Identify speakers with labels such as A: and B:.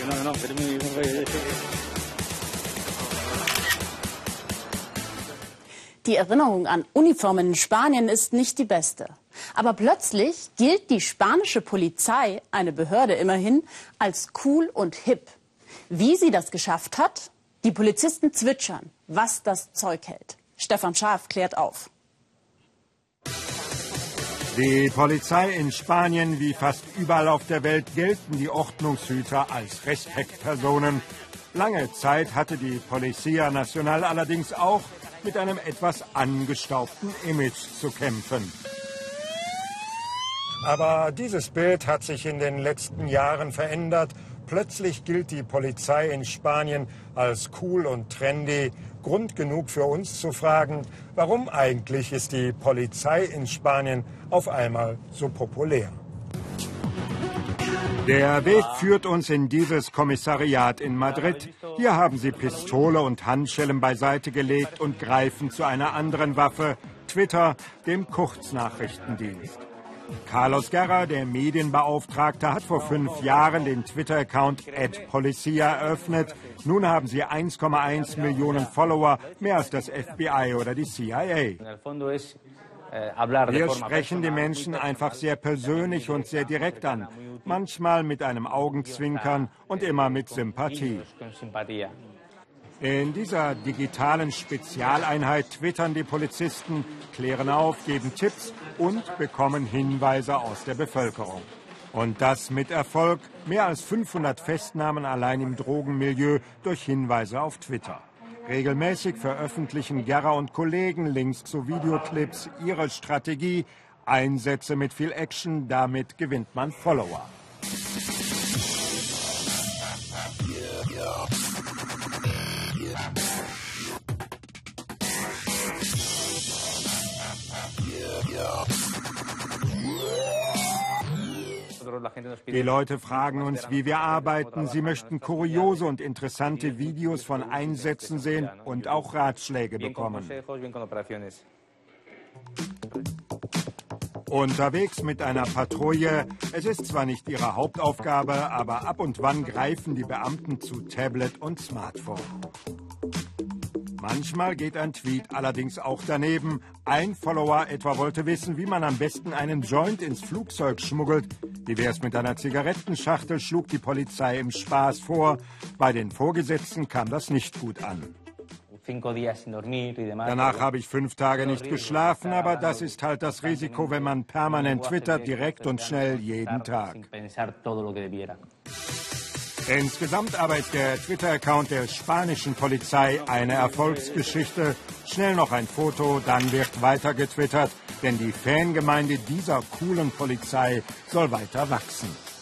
A: Die Erinnerung an Uniformen in Spanien ist nicht die beste. Aber plötzlich gilt die spanische Polizei, eine Behörde immerhin, als cool und hip. Wie sie das geschafft hat? Die Polizisten zwitschern, was das Zeug hält. Stefan Schaaf klärt auf.
B: Die Polizei in Spanien, wie fast überall auf der Welt, gelten die Ordnungshüter als Respektpersonen. Lange Zeit hatte die Policía Nacional allerdings auch mit einem etwas angestaubten Image zu kämpfen. Aber dieses Bild hat sich in den letzten Jahren verändert. Plötzlich gilt die Polizei in Spanien als cool und trendy. Grund genug für uns zu fragen, warum eigentlich ist die Polizei in Spanien auf einmal so populär? Der Weg führt uns in dieses Kommissariat in Madrid. Hier haben sie Pistole und Handschellen beiseite gelegt und greifen zu einer anderen Waffe, Twitter, dem Kurznachrichtendienst. Carlos Guerra, der Medienbeauftragte, hat vor 5 Jahren den Twitter-Account @Policia eröffnet. Nun haben sie 1,1 Millionen Follower, mehr als das FBI oder die CIA. Wir sprechen die Menschen einfach sehr persönlich und sehr direkt an, manchmal mit einem Augenzwinkern und immer mit Sympathie. In dieser digitalen Spezialeinheit twittern die Polizisten, klären auf, geben Tipps und bekommen Hinweise aus der Bevölkerung. Und das mit Erfolg. Mehr als 500 Festnahmen allein im Drogenmilieu durch Hinweise auf Twitter. Regelmäßig veröffentlichen Guerra und Kollegen Links zu Videoclips, ihre Strategie, Einsätze mit viel Action, damit gewinnt man Follower. Die Leute fragen uns, wie wir arbeiten. Sie möchten kuriose und interessante Videos von Einsätzen sehen und auch Ratschläge bekommen. Unterwegs mit einer Patrouille. Es ist zwar nicht ihre Hauptaufgabe, aber ab und wann greifen die Beamten zu Tablet und Smartphone. Manchmal geht ein Tweet allerdings auch daneben. Ein Follower etwa wollte wissen, wie man am besten einen Joint ins Flugzeug schmuggelt. Wie wär's mit einer Zigarettenschachtel, schlug die Polizei im Spaß vor. Bei den Vorgesetzten kam das nicht gut an. Danach habe ich 5 Tage nicht geschlafen, aber das ist halt das Risiko, wenn man permanent twittert, direkt und schnell jeden Tag. Insgesamt aber ist der Twitter-Account der spanischen Polizei eine Erfolgsgeschichte. Schnell noch ein Foto, dann wird weiter getwittert, denn die Fangemeinde dieser coolen Polizei soll weiter wachsen.